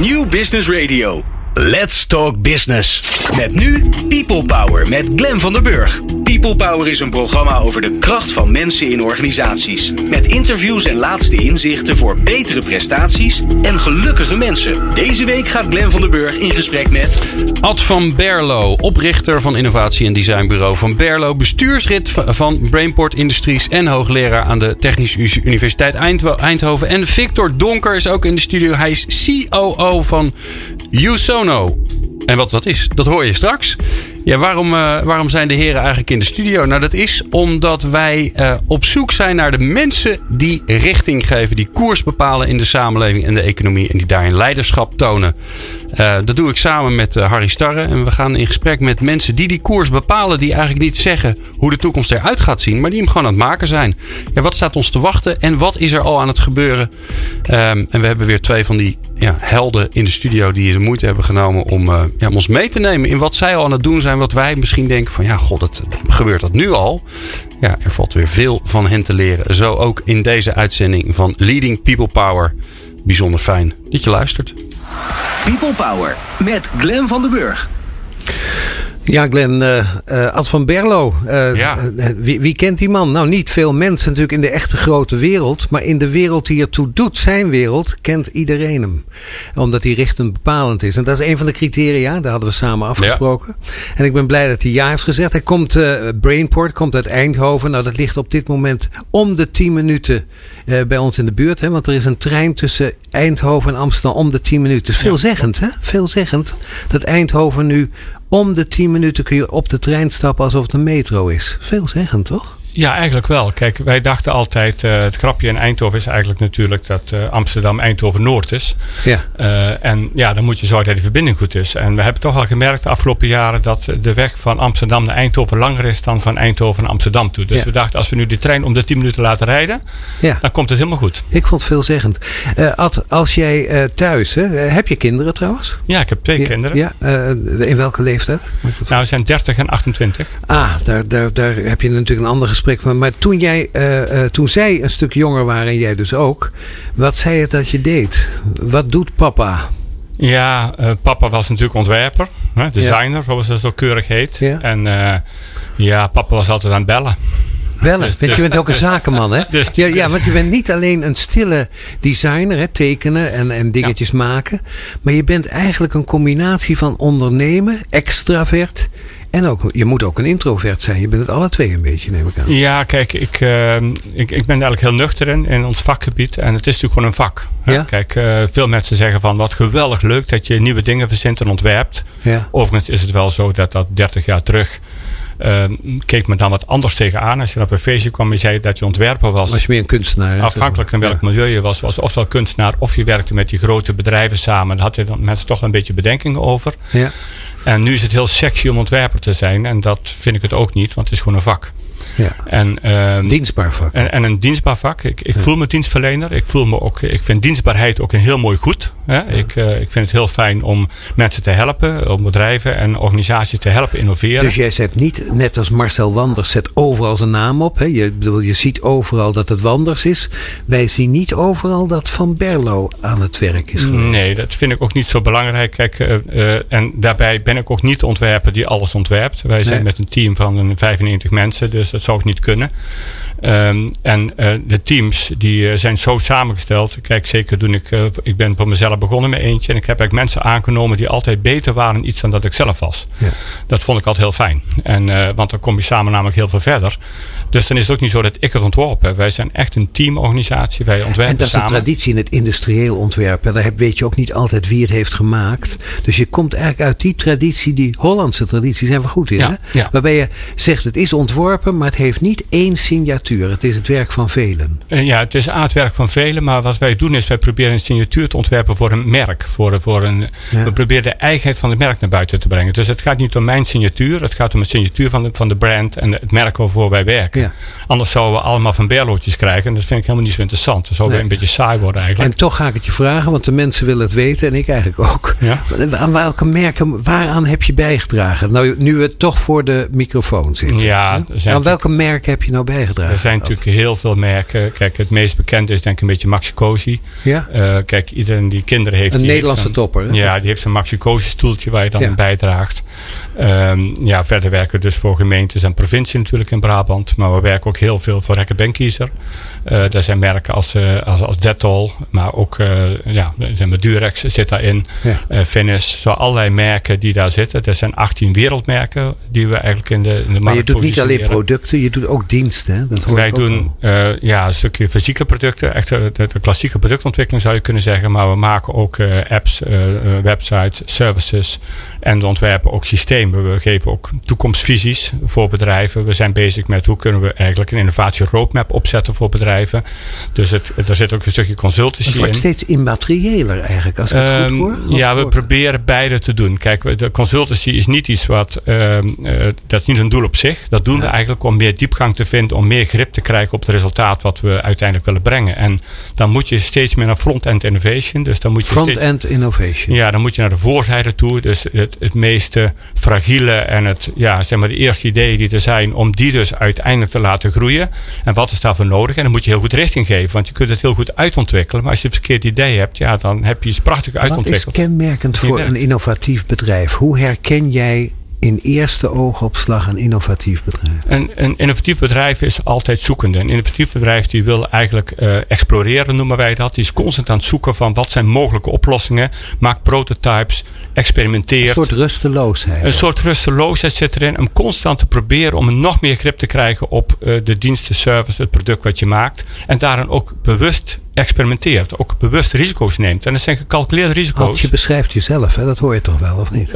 New Business Radio. Let's Talk Business. Met nu People Power met Glenn van der Burg. People Power is een programma over de kracht van mensen in organisaties. Met interviews en laatste inzichten voor betere prestaties en gelukkige mensen. Deze week gaat Glenn van der Burg in gesprek met Ad van Berlo, oprichter van innovatie- en designbureau Van Berlo, bestuurslid van Brainport Industries en hoogleraar aan de Technische Universiteit Eindhoven. En Victor Donker is ook in de studio. Hij is COO van Usono. En wat dat is, dat hoor je straks. Ja, waarom zijn de heren eigenlijk in de studio? Nou, dat is omdat wij op zoek zijn naar de mensen die richting geven, die koers bepalen in de samenleving en de economie en die daarin leiderschap tonen. Dat doe ik samen met Harry Starre. En we gaan in gesprek met mensen die koers bepalen, die eigenlijk niet zeggen hoe de toekomst eruit gaat zien, maar die hem gewoon aan het maken zijn. Ja, wat staat ons te wachten en wat is er al aan het gebeuren? En we hebben weer twee van die helden in de studio die de moeite hebben genomen om ons mee te nemen in wat zij al aan het doen zijn. Wat wij misschien denken van gebeurt dat nu al? Ja, er valt weer veel van hen te leren. Zo ook in deze uitzending van Leading People Power. Bijzonder fijn dat je luistert. People Power met Glenn van der Burg. Ja, Glenn, Ad van Berlo. Wie kent die man? Nou, niet veel mensen natuurlijk in de echte grote wereld. Maar in de wereld die ertoe doet, zijn wereld, kent iedereen hem. Omdat hij richtend bepalend is. En dat is een van de criteria. Daar hadden we samen afgesproken. Ja. En ik ben blij dat hij ja heeft gezegd. Hij komt, Brainport komt uit Eindhoven. Nou, dat ligt op dit moment om de 10 minuten bij ons in de buurt. Hè? Want er is een trein tussen Eindhoven en Amsterdam om de 10 minuten. Dus veelzeggend, hè? Veelzeggend dat Eindhoven nu om de 10 minuten kun je op de trein stappen alsof het een metro is. Veelzeggend, toch? Ja, eigenlijk wel. Kijk, wij dachten altijd, het grapje in Eindhoven is eigenlijk natuurlijk dat Amsterdam Eindhoven-Noord is. Ja. Dan moet je zorgen dat die verbinding goed is. En we hebben toch al gemerkt de afgelopen jaren dat de weg van Amsterdam naar Eindhoven langer is dan van Eindhoven naar Amsterdam toe. Dus we dachten, als we nu die trein om de 10 minuten laten rijden, dan komt het helemaal goed. Ik vond het veelzeggend. Ad, als jij thuis, heb je kinderen trouwens? Ja, ik heb 2 kinderen. Ja, in welke leeftijd? Nou, ze zijn 30 en 28. Daar heb je natuurlijk een ander gesprek. Maar toen zij een stuk jonger waren en jij dus ook, wat zei het dat je deed? Wat doet papa? Ja, papa was natuurlijk ontwerper, designer, zoals dat zo keurig heet. Ja. En papa was altijd aan het bellen. Want je bent ook een zakenman, hè? Want je bent niet alleen een stille designer, tekenen en dingetjes maken. Maar je bent eigenlijk een combinatie van ondernemen, extravert. En ook, je moet ook een introvert zijn. Je bent het alle twee een beetje, neem ik aan. Ja, kijk, ik ben eigenlijk heel nuchter in ons vakgebied. En het is natuurlijk gewoon een vak. Ja? Kijk, veel mensen zeggen van wat geweldig leuk dat je nieuwe dingen verzint en ontwerpt. Ja. Overigens is het wel zo dat 30 jaar terug keek me dan wat anders tegenaan. Als je op een feestje kwam en zei dat je ontwerper was. Was je meer een kunstenaar? Afhankelijk van welk milieu je was ofwel kunstenaar of je werkte met die grote bedrijven samen. Daar had je dan mensen toch een beetje bedenkingen over. Ja. En nu is het heel sexy om ontwerper te zijn. En dat vind ik het ook niet, want het is gewoon een vak. Ja. Dienstbaar vak. En een dienstbaar vak. Ik voel me dienstverlener. Ik vind dienstbaarheid ook een heel mooi goed. Ik vind het heel fijn om mensen te helpen. Om bedrijven en organisaties te helpen innoveren. Dus jij zet niet, net als Marcel Wanders, zet overal zijn naam op. Hè? Je ziet overal dat het Wanders is. Wij zien niet overal dat Van Berlo aan het werk is geweest. Nee, dat vind ik ook niet zo belangrijk. Kijk, en daarbij ben ik ook niet de ontwerper die alles ontwerpt. Wij zijn met een team van 95 mensen. Dus dat zou ik niet kunnen. De teams die zijn zo samengesteld. Kijk, zeker toen ik ben voor mezelf begonnen met eentje. En ik heb eigenlijk mensen aangenomen die altijd beter waren in iets dan dat ik zelf was. Ja. Dat vond ik altijd heel fijn. Want dan kom je samen namelijk heel veel verder. Dus dan is het ook niet zo dat ik het ontworpen heb. Wij zijn echt een teamorganisatie. Wij ontwerpen samen. En dat is samen. Een traditie in het industrieel ontwerpen. Daar weet je ook niet altijd wie het heeft gemaakt. Dus je komt eigenlijk uit die traditie, die Hollandse traditie, zijn we goed in. Ja, hè? Ja. Waarbij je zegt het is ontworpen, maar het heeft niet één signatuur. Het is het werk van velen. Het is het werk van velen. Maar wat wij doen is, wij proberen een signatuur te ontwerpen voor een merk. We proberen de eigenheid van het merk naar buiten te brengen. Dus het gaat niet om mijn signatuur. Het gaat om een signatuur van de brand en het merk waarvoor wij werken. Ja. Anders zouden we allemaal Van Berlootjes krijgen. En dat vind ik helemaal niet zo interessant. Dat zou weer een beetje saai worden eigenlijk. En toch ga ik het je vragen, want de mensen willen het weten. En ik eigenlijk ook. Ja? Aan welke merken, waaraan heb je bijgedragen? Nou, nu we toch voor de microfoon zitten. Ja, aan welke merken heb je nou bijgedragen? Er zijn natuurlijk heel veel merken. Kijk, het meest bekende is denk ik een beetje Maxi Cosi. Ja? Kijk, iedereen die kinderen heeft... Een Nederlandse topper. Hè? Ja, die heeft zo'n Maxi Cosi stoeltje waar je dan in bijdraagt. Verder werken we dus voor gemeentes en provincie natuurlijk in Brabant. Maar we werken ook heel veel voor Reckitt Benckiser. Daar zijn merken als Dettol. Maar ook Durex zit daarin. Ja. Finish. Zo allerlei merken die daar zitten. Er zijn 18 wereldmerken die we eigenlijk in de markt Maar je doet niet alleen producten, je doet ook diensten. Hè? Dat hoor Wij doen een stukje fysieke producten. Echt de klassieke productontwikkeling zou je kunnen zeggen. Maar we maken ook apps, websites, services. En we ontwerpen ook systemen. We geven ook toekomstvisies voor bedrijven. We zijn bezig met hoe kunnen we eigenlijk een innovatie roadmap opzetten voor bedrijven. Dus er zit ook een stukje consultancy in. Het wordt steeds immateriëler eigenlijk, als ik het goed hoor. Ja, we proberen beide te doen. Kijk, de consultancy is niet iets wat... dat is niet een doel op zich. Dat doen we eigenlijk om meer diepgang te vinden. Om meer grip te krijgen op het resultaat wat we uiteindelijk willen brengen. En dan moet je steeds meer naar front-end innovation. Dus dan moet je front-end innovation. Ja, dan moet je naar de voorzijde toe. Dus het meeste fragiele en de eerste ideeën die er zijn, om die dus uiteindelijk te laten groeien. En wat is daarvoor nodig? En dan moet je heel goed richting geven, want je kunt het heel goed uitontwikkelen. Maar als je het verkeerd idee hebt, dan heb je iets prachtig uitontwikkeld. Wat is kenmerkend voor een innovatief bedrijf? Hoe herken jij in eerste oogopslag een innovatief bedrijf? Een innovatief bedrijf is altijd zoekende. Een innovatief bedrijf die wil eigenlijk exploreren, noemen wij dat. Die is constant aan het zoeken van wat zijn mogelijke oplossingen. Maakt prototypes, experimenteert. Een soort rusteloosheid. Een soort rusteloosheid zit erin. Om constant te proberen om nog meer grip te krijgen op de dienst, de service, het product wat je maakt. En daarin ook bewust experimenteert. Ook bewust risico's neemt. En dat zijn gecalculeerde risico's. Want je beschrijft jezelf, hè? Dat hoor je toch wel, of niet?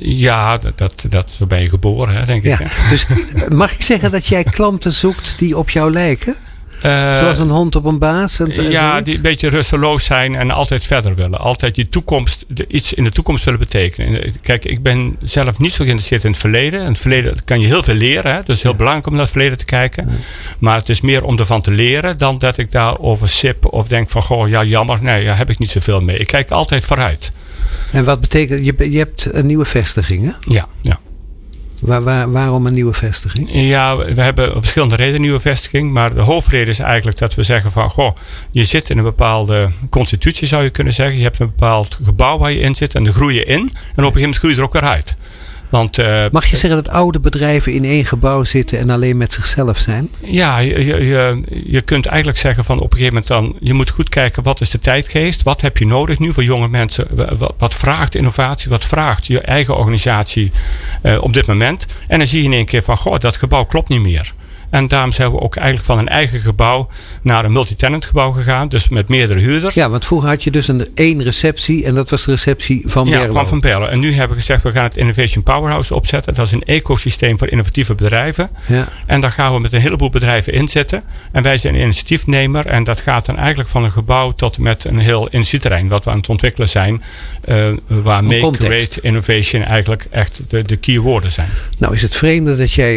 Zo ben je geboren, hè, denk ik. Hè? Dus mag ik zeggen dat jij klanten zoekt die op jou lijken? Zoals een hond op een baas? Die een beetje rusteloos zijn en altijd verder willen. Altijd iets in de toekomst willen betekenen. Kijk, ik ben zelf niet zo geïnteresseerd in het verleden. In het verleden kan je heel veel leren. Hè? Dus heel belangrijk om naar het verleden te kijken. Maar het is meer om ervan te leren dan dat ik daarover sip of denk van, jammer. Nee, daar heb ik niet zoveel mee. Ik kijk altijd vooruit. En wat betekent, je hebt een nieuwe vestiging, hè? Ja. Waarom een nieuwe vestiging? Ja, we hebben verschillende redenen een nieuwe vestiging. Maar de hoofdreden is eigenlijk dat we zeggen van... je zit in een bepaalde constitutie, zou je kunnen zeggen. Je hebt een bepaald gebouw waar je in zit en daar groei je in. En op een gegeven moment groei je er ook weer uit. Want, mag je zeggen dat oude bedrijven in één gebouw zitten en alleen met zichzelf zijn? Ja, je kunt eigenlijk zeggen van op een gegeven moment dan... je moet goed kijken, wat is de tijdgeest? Wat heb je nodig nu voor jonge mensen? Wat vraagt innovatie? Wat vraagt je eigen organisatie op dit moment? En dan zie je in één keer van, dat gebouw klopt niet meer. En daarom zijn we ook eigenlijk van een eigen gebouw naar een multi-tenant gebouw gegaan. Dus met meerdere huurders. Ja, want vroeger had je dus één receptie. En dat was de receptie van Berlo. Ja, van Berlo. En nu hebben we gezegd, we gaan het Innovation Powerhouse opzetten. Dat is een ecosysteem voor innovatieve bedrijven. Ja. En daar gaan we met een heleboel bedrijven in zitten. En wij zijn een initiatiefnemer. En dat gaat dan eigenlijk van een gebouw tot met een heel industrieterrein. Wat we aan het ontwikkelen zijn. Waar make, create, innovation eigenlijk echt de key woorden zijn. Nou is het vreemde dat jij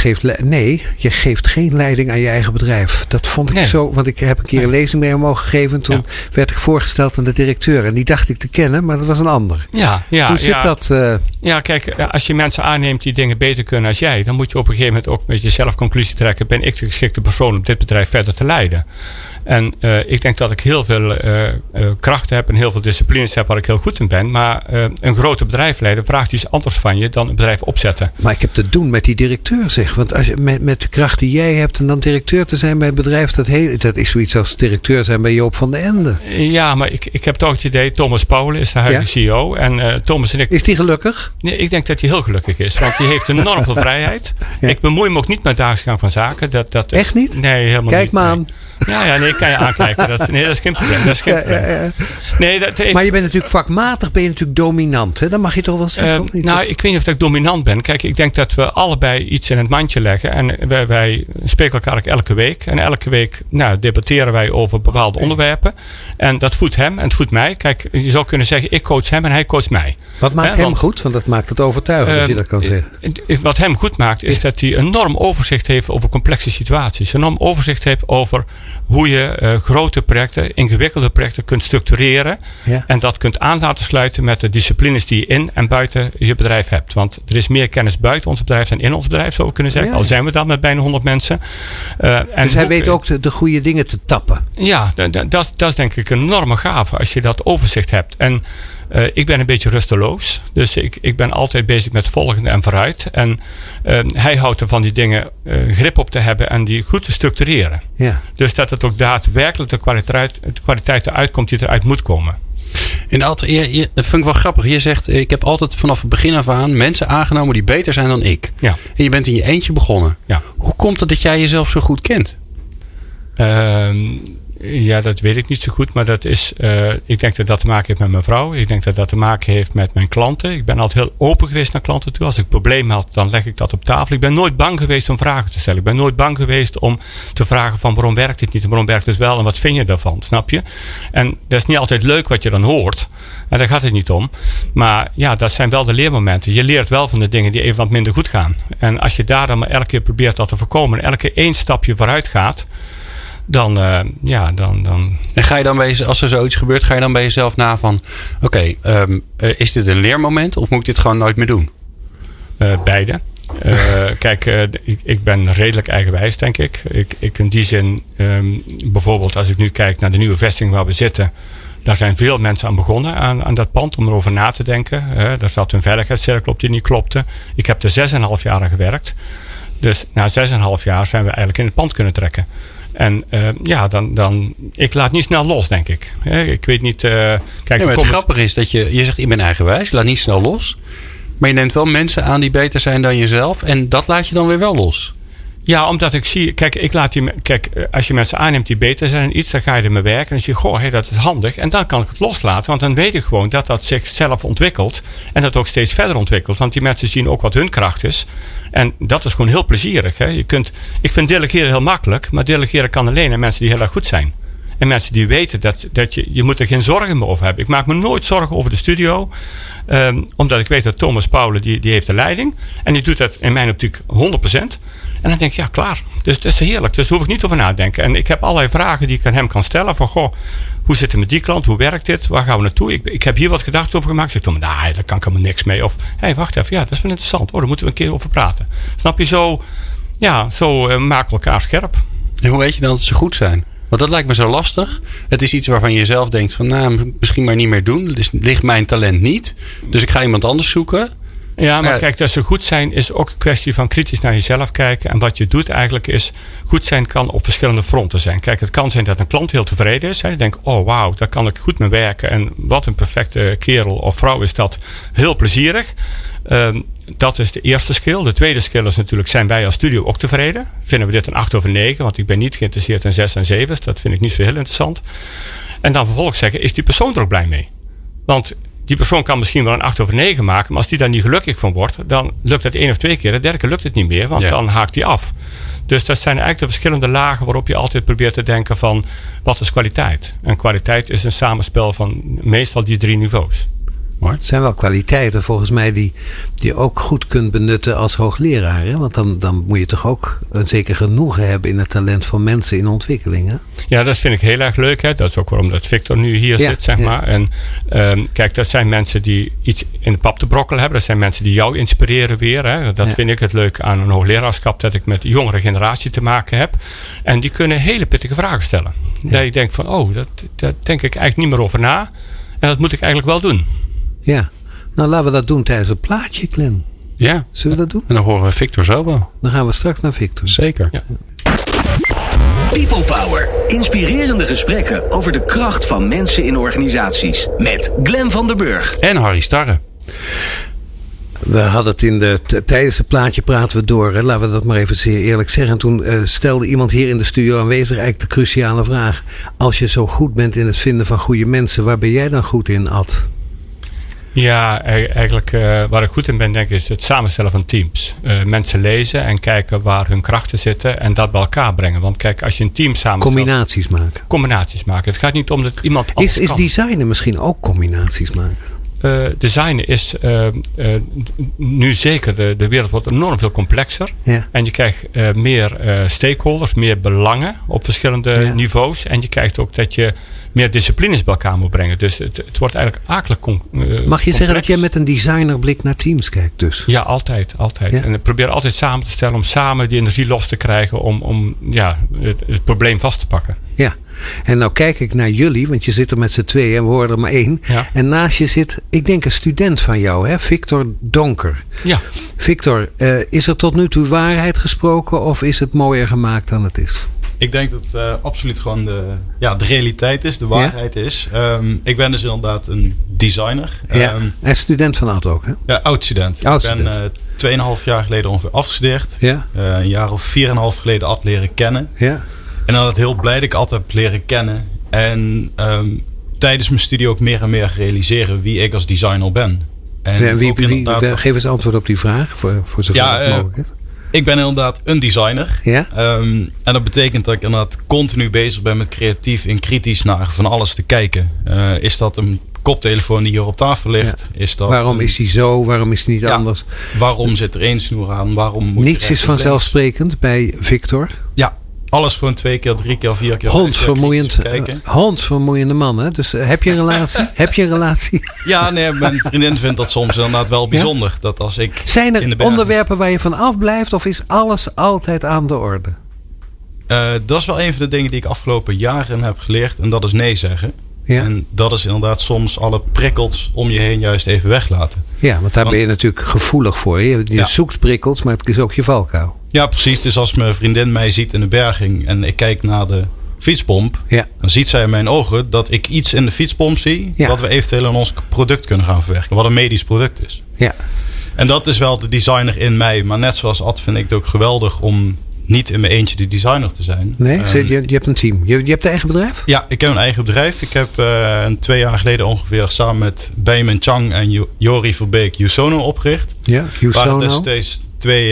je geeft geen leiding aan je eigen bedrijf. Dat vond ik zo, want ik heb een keer een lezing mee mogen geven. En toen werd ik voorgesteld aan de directeur. En die dacht ik te kennen, maar dat was een ander. Hoe zit dat? Ja, kijk, als je mensen aanneemt die dingen beter kunnen als jij, dan moet je op een gegeven moment ook met jezelf conclusie trekken. Ben ik de geschikte persoon om dit bedrijf verder te leiden? En ik denk dat ik heel veel krachten heb en heel veel disciplines heb waar ik heel goed in ben. Maar een grote bedrijf leiden vraagt iets anders van je dan een bedrijf opzetten. Maar ik heb te doen met die directeur, zeg. Want als je met de kracht die jij hebt en dan directeur te zijn bij een bedrijf, dat is zoiets als directeur zijn bij Joop van den Ende. Ja, maar ik heb toch het idee, Thomas Pauwelen is de huidige CEO. En Thomas en ik... Is die gelukkig? Nee, ik denk dat hij heel gelukkig is. Want die heeft enorm veel vrijheid. Ja. Ik bemoei me ook niet met dagelijks gang van zaken. Dat echt niet? Nee, helemaal niet. Kijk maar aan. Ja, ik kan je aankijken. Dat is geen probleem. Nee, maar je bent natuurlijk vakmatig, ben je natuurlijk dominant. Hè? Dat mag je toch wel zeggen? Ik weet niet of ik dominant ben. Kijk, ik denk dat we allebei iets in het mandje leggen. En wij spreken elkaar elke week. En elke week debatteren wij over bepaalde onderwerpen. En dat voedt hem en het voedt mij. Kijk, je zou kunnen zeggen, ik coach hem en hij coacht mij. Wat maakt hem goed? Want dat maakt het overtuigend, als je dat kan zeggen. Wat hem goed maakt, is dat hij enorm overzicht heeft over complexe situaties. Enorm overzicht heeft over hoe je grote projecten, ingewikkelde projecten kunt structureren. Ja. En dat kunt aan laten sluiten met de disciplines die je in en buiten je bedrijf hebt. Want er is meer kennis buiten ons bedrijf dan in ons bedrijf, zou ik kunnen zeggen. Ja. Al zijn we dan met bijna 100 mensen. Dus hij weet ook de goede dingen te tappen. Ja, dat is denk ik een enorme gave als je dat overzicht hebt. En ik ben een beetje rusteloos. Dus ik ben altijd bezig met volgende en vooruit. En hij houdt ervan die dingen grip op te hebben en die goed te structureren. Ja. Dus dat het ook daadwerkelijk de kwaliteit eruit komt die eruit moet komen. En dat vind ik wel grappig. Je zegt, ik heb altijd vanaf het begin af aan mensen aangenomen die beter zijn dan ik. Ja. En je bent in je eentje begonnen. Ja. Hoe komt het dat jij jezelf zo goed kent? Ja, dat weet ik niet zo goed. Maar dat is, ik denk dat dat te maken heeft met mijn vrouw. Ik denk dat dat te maken heeft met mijn klanten. Ik ben altijd heel open geweest naar klanten toe. Als ik een probleem had, dan leg ik dat op tafel. Ik ben nooit bang geweest om vragen te stellen. Ik ben nooit bang geweest om te vragen van waarom werkt dit niet en waarom werkt het wel en wat vind je daarvan, snap je? En dat is niet altijd leuk wat je dan hoort. En daar gaat het niet om. Maar ja, dat zijn wel de leermomenten. Je leert wel van de dingen die even wat minder goed gaan. En als je daar dan maar elke keer probeert dat te voorkomen en elke keer 1 stapje vooruit gaat, dan. En ga je dan als er zoiets gebeurt, ga je dan bij jezelf na van, oké, is dit een leermoment of moet ik dit gewoon nooit meer doen? Beide. Kijk, ik ben redelijk eigenwijs, denk ik. Ik in die zin, bijvoorbeeld als ik nu kijk naar de nieuwe vestiging waar we zitten, daar zijn veel mensen aan begonnen aan dat pand om erover na te denken. Daar zat een veiligheidscirkel op die niet klopte. Ik heb er 6,5 jaar aan gewerkt. Dus na 6,5 jaar zijn we eigenlijk in het pand kunnen trekken. En dan ik laat niet snel los, denk ik. Ik weet niet. Kijk, het grappige is dat je zegt, ik ben eigenwijs, je laat niet snel los. Maar je neemt wel mensen aan die beter zijn dan jezelf. En dat laat je dan weer wel los. Ja, omdat ik zie, als je mensen aanneemt die beter zijn in iets, dan ga je ermee werken. En dan zie je, goh, dat is handig. En dan kan ik het loslaten. Want dan weet ik gewoon dat zichzelf ontwikkelt. En dat ook steeds verder ontwikkelt. Want die mensen zien ook wat hun kracht is. En dat is gewoon heel plezierig. Hè. Ik vind delegeren heel makkelijk. Maar delegeren kan alleen aan mensen die heel erg goed zijn. En mensen die weten dat je moet er geen zorgen meer over hebben. Ik maak me nooit zorgen over de studio. Omdat ik weet dat Thomas Pauwelen, die heeft de leiding. En die doet dat in mijn optiek 100%. En dan denk ik, ja, klaar. Dus dat is heerlijk. Dus daar hoef ik niet over na te denken. En ik heb allerlei vragen die ik aan hem kan stellen. Van, goh, hoe zit het met die klant? Hoe werkt dit? Waar gaan we naartoe? Ik heb hier wat gedachten over gemaakt. Ik zeg, Thomas, daar kan ik helemaal niks mee. Of, wacht even. Ja, dat is wel interessant. Daar moeten we een keer over praten. Snap je? Zo maken we elkaar scherp. En hoe weet je dan dat ze goed zijn? Want dat lijkt me zo lastig. Het is iets waarvan je zelf denkt van, misschien maar niet meer doen. Dus ligt mijn talent niet. Dus ik ga iemand anders zoeken. Ja, maar kijk, dat ze goed zijn is ook een kwestie van kritisch naar jezelf kijken. En wat je doet eigenlijk is, goed zijn kan op verschillende fronten zijn. Kijk, het kan zijn dat een klant heel tevreden is. Hij denkt, oh wauw, daar kan ik goed mee werken. En wat een perfecte kerel of vrouw is dat. Heel plezierig. Dat is de eerste skill. De tweede skill is natuurlijk, zijn wij als studio ook tevreden? Vinden we dit een 8/9? Want ik ben niet geïnteresseerd in 6 en 7. Dat vind ik niet zo heel interessant. En dan vervolgens zeggen, is die persoon er ook blij mee? Want die persoon kan misschien wel een 8/9 maken. Maar als die daar niet gelukkig van wordt, dan lukt het 1 of 2 keer. De derde keer lukt het niet meer, want dan haakt die af. Dus dat zijn eigenlijk de verschillende lagen waarop je altijd probeert te denken van, wat is kwaliteit? En kwaliteit is een samenspel van meestal die 3 niveaus. Het zijn wel kwaliteiten volgens mij die je ook goed kunt benutten als hoogleraar. Hè? Want dan moet je toch ook een zeker genoegen hebben in het talent van mensen in ontwikkeling. Hè? Ja, dat vind ik heel erg leuk. Hè? Dat is ook waarom dat Victor nu hier zit, zeg maar. En kijk, dat zijn mensen die iets in de pap te brokkelen hebben. Dat zijn mensen die jou inspireren weer. Hè? Dat vind ik het leuk aan een hoogleraarschap, dat ik met de jongere generatie te maken heb. En die kunnen hele pittige vragen stellen. Dat je denkt van, daar denk ik eigenlijk niet meer over na. En dat moet ik eigenlijk wel doen. Ja, nou laten we dat doen tijdens het plaatje, Glenn. Ja. Zullen we dat doen? En dan horen we Victor zo wel. Dan gaan we straks naar Victor. Zeker. Ja. People Power. Inspirerende gesprekken over de kracht van mensen in organisaties. Met Glenn van der Burg. En Harry Starre. We hadden het tijdens het plaatje praten we door. Hè? Laten we dat maar even zeer eerlijk zeggen. En toen stelde iemand hier in de studio aanwezig eigenlijk de cruciale vraag. Als je zo goed bent in het vinden van goede mensen, waar ben jij dan goed in, Ad? Ja, eigenlijk waar ik goed in ben, denk ik, is het samenstellen van teams. Mensen lezen en kijken waar hun krachten zitten en dat bij elkaar brengen. Want kijk, als je een team samenstelt... Combinaties maken. Het gaat niet om dat iemand alles kan. Is designen misschien ook combinaties maken? Designen is nu zeker, de wereld wordt enorm veel complexer. Ja. En je krijgt meer stakeholders, meer belangen op verschillende niveaus. En je krijgt ook dat je meer disciplines bij elkaar moet brengen. Dus het wordt eigenlijk akelig Mag je zeggen dat jij met een designerblik naar teams kijkt dus? Ja, altijd. Ja. En ik probeer altijd samen te stellen om samen die energie los te krijgen om het probleem vast te pakken. Ja. En nou kijk ik naar jullie, want je zit er met z'n tweeën en we horen er maar één. Ja. En naast je zit, ik denk een student van jou, hè? Victor Donker. Ja. Victor, is er tot nu toe waarheid gesproken of is het mooier gemaakt dan het is? Ik denk dat het absoluut gewoon de realiteit is, de waarheid is. Ik ben dus inderdaad een designer. En student van Ad ook, hè? Ja, oud-student. Ik ben 2,5 jaar geleden ongeveer afgestudeerd. Ja. Een jaar of 4,5 geleden Ad leren kennen. Ja. En dan heel blij dat ik Ad heb leren kennen. En tijdens mijn studie ook meer en meer realiseren wie ik als designer ben. En geef eens antwoord op die vraag, voor zover het mogelijk is. Ik ben inderdaad een designer. Ja? En dat betekent dat ik inderdaad continu bezig ben met creatief en kritisch naar van alles te kijken. Is dat een koptelefoon die hier op tafel ligt? Ja. Waarom is die zo? Waarom is die niet anders? Waarom zit er 1 snoer aan? Waarom moet niets is vanzelfsprekend bij Victor? Ja. Alles gewoon 2 keer, 3 keer, 4 keer. Hondsvermoeiende man, hè? Dus heb je een relatie? Ja, nee, mijn vriendin vindt dat soms inderdaad wel bijzonder. Dat als ik zijn er onderwerpen waar je van afblijft of is alles altijd aan de orde? Dat is wel een van de dingen die ik afgelopen jaren heb geleerd. En dat is nee zeggen. Ja. En dat is inderdaad soms alle prikkels om je heen juist even weglaten. Ja, want daar ben je natuurlijk gevoelig voor. Je zoekt prikkels, maar het is ook je valkuil. Ja, precies. Dus als mijn vriendin mij ziet in de berging en ik kijk naar de fietspomp, dan ziet zij in mijn ogen dat ik iets in de fietspomp zie wat we eventueel in ons product kunnen gaan verwerken. Wat een medisch product is. Ja. En dat is wel de designer in mij. Maar net zoals Ad vind ik het ook geweldig om niet in mijn eentje de designer te zijn. Nee, je hebt een team. Je hebt een eigen bedrijf? Ja, ik heb een eigen bedrijf. Ik heb 2 jaar geleden ongeveer samen met Benjamin Chang en Jori Verbeek Usono opgericht. Ja, Usono. Waren destijds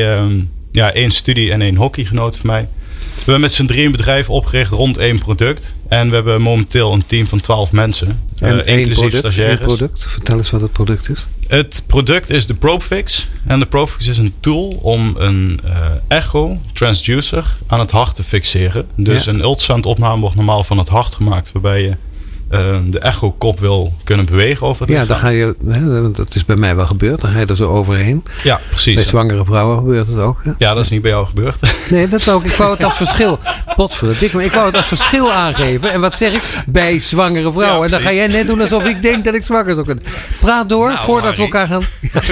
1 studie en 1 hockeygenoot van mij. We hebben met z'n 3 een bedrijf opgericht rond 1 product. En we hebben momenteel een team van 12 mensen. Inclusief stagiaires. Product? Vertel eens wat het product is. Het product is de ProbeFix. En de ProbeFix is een tool om een echo transducer aan het hart te fixeren. Dus een ultrasoundopname wordt normaal van het hart gemaakt. Waarbij je de echo-kop wil kunnen bewegen over het lichaam. Dan ga je, dat is bij mij wel gebeurd. Dan ga je er zo overheen. Ja, precies. Bij zwangere vrouwen gebeurt het ook. Hè? Ja, dat is niet bij jou gebeurd. Nee, dat ook. Ik wou het als verschil. Potverdikke, ik wou het als verschil aangeven. En wat zeg ik? Bij zwangere vrouwen. En dan ga jij net doen alsof ik denk dat ik zwanger zou kunnen. Praat door voordat we elkaar gaan.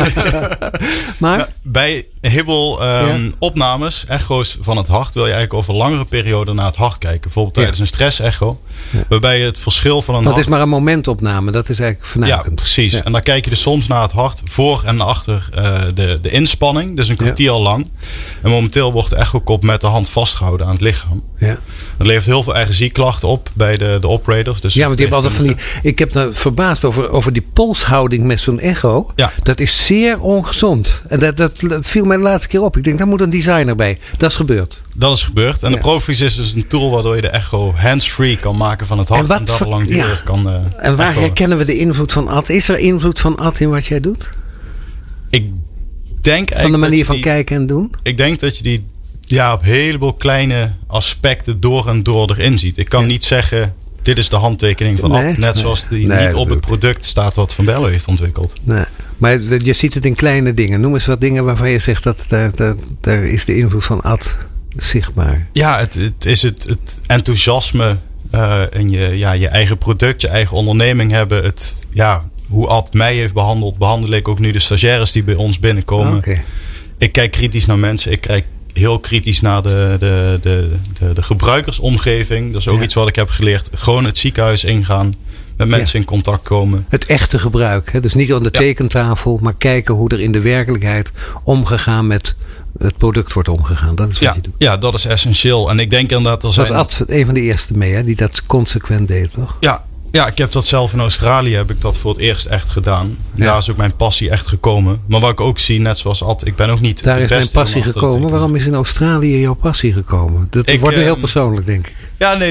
Maar? Bij Hibbel opnames, echo's van het hart, wil je eigenlijk over langere perioden naar het hart kijken. Bijvoorbeeld tijdens een stress-echo. Waarbij je het verschil van een hart... Dat is maar een momentopname. Dat is eigenlijk vernakend. Ja, precies. Ja. En dan kijk je dus soms naar het hart voor en achter de inspanning. Dus een kwartier lang. En momenteel wordt de echokop met de hand vastgehouden aan het lichaam. Ja. Dat levert heel veel RSI-klachten op bij de operators. Dus want die hebben altijd van die... Ik heb nou verbaasd over die polshouding met zo'n echo. Ja. Dat is zeer ongezond. En dat viel mij de laatste keer op. Ik denk, daar moet een designer bij. Dat is gebeurd. Dat is gebeurd. En de ProbeFix is dus een tool waardoor je de echo hands-free kan maken van het hart. En dat langdurig kan en waar herkennen we de invloed van Ad? Is er invloed van Ad in wat jij doet? Ik denk van de manier van kijken en doen? Ik denk dat je die op een heleboel kleine aspecten door en door erin ziet. Ik kan niet zeggen, dit is de handtekening van Ad. Net zoals die niet op het product staat wat Van Berlo heeft ontwikkeld. Nee. Maar je ziet het in kleine dingen. Noem eens wat dingen waarvan je zegt dat daar is de invloed van Ad zichtbaar. Ja, het is het enthousiasme en je eigen product, je eigen onderneming hebben. Hoe Ad mij heeft behandeld, behandel ik ook nu de stagiaires die bij ons binnenkomen. Okay. Ik kijk kritisch naar mensen. Ik kijk heel kritisch naar de gebruikersomgeving. Dat is ook iets wat ik heb geleerd. Gewoon het ziekenhuis ingaan. Met mensen in contact komen. Het echte gebruik. Hè? Dus niet aan de tekentafel. Maar kijken hoe er in de werkelijkheid omgegaan met het product wordt omgegaan. Dat is wat je doet. Ja, dat is essentieel. En ik denk inderdaad... Was Ad een van de eerste mee, hè, die dat consequent deed, toch? Ja, Ja, ik heb dat zelf in Australië heb ik dat voor het eerst echt gedaan. Ja. Daar is ook mijn passie echt gekomen. Maar wat ik ook zie, net zoals Ad, ik ben ook niet daar is mijn passie gekomen. Waarom is in Australië jouw passie gekomen? Dat wordt nu heel persoonlijk, denk ik. Ja, nee,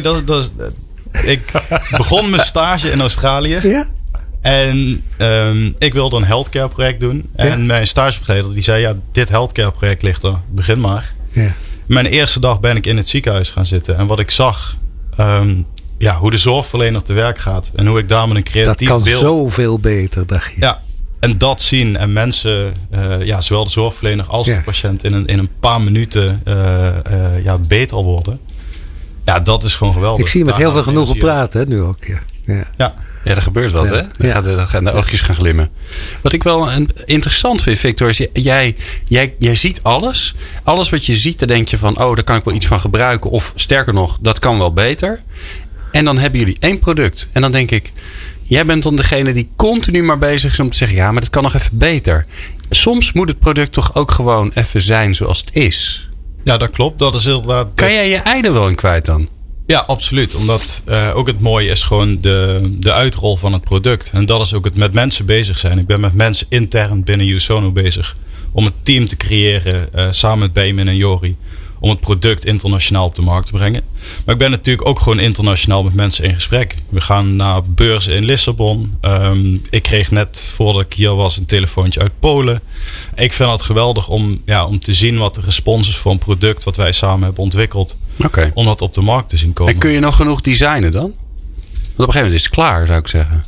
ik begon mijn stage in Australië. Ja? En ik wilde een healthcare project doen. En mijn stagebegeleider die zei, dit healthcare project ligt er. Begin maar. Ja. Mijn eerste dag ben ik in het ziekenhuis gaan zitten. En wat ik zag, hoe de zorgverlener te werk gaat. En hoe ik daar met een creatief beeld... Dat kan zoveel beter, dacht je. Ja, en dat zien en mensen, zowel de zorgverlener als de patiënt in een paar minuten beter worden. Ja, dat is gewoon geweldig. Ik zie je met heel veel genoegen praten, hè, nu ook. Ja, er gebeurt wat, hè? Dan gaan de oogjes gaan glimmen. Wat ik wel interessant vind, Victor, is jij ziet alles. Alles wat je ziet, daar denk je van, daar kan ik wel iets van gebruiken. Of sterker nog, dat kan wel beter. En dan hebben jullie 1 product. En dan denk ik, jij bent dan degene die continu maar bezig is om te zeggen, maar dat kan nog even beter. Soms moet het product toch ook gewoon even zijn zoals het is. Ja, dat klopt. Dat is inderdaad. Kan jij je ei er wel in kwijt dan? Ja, absoluut. Omdat ook het mooie is gewoon de uitrol van het product. En dat is ook het met mensen bezig zijn. Ik ben met mensen intern binnen USono bezig. Om het team te creëren samen met Benjamin en Jori. Om het product internationaal op de markt te brengen. Maar ik ben natuurlijk ook gewoon internationaal met mensen in gesprek. We gaan naar beurzen in Lissabon. Ik kreeg net voordat ik hier was een telefoontje uit Polen. Ik vind het geweldig om te zien wat de respons is voor een product wat wij samen hebben ontwikkeld. Okay. Om dat op de markt te zien komen. En kun je nog genoeg designen dan? Want op een gegeven moment is het klaar, zou ik zeggen.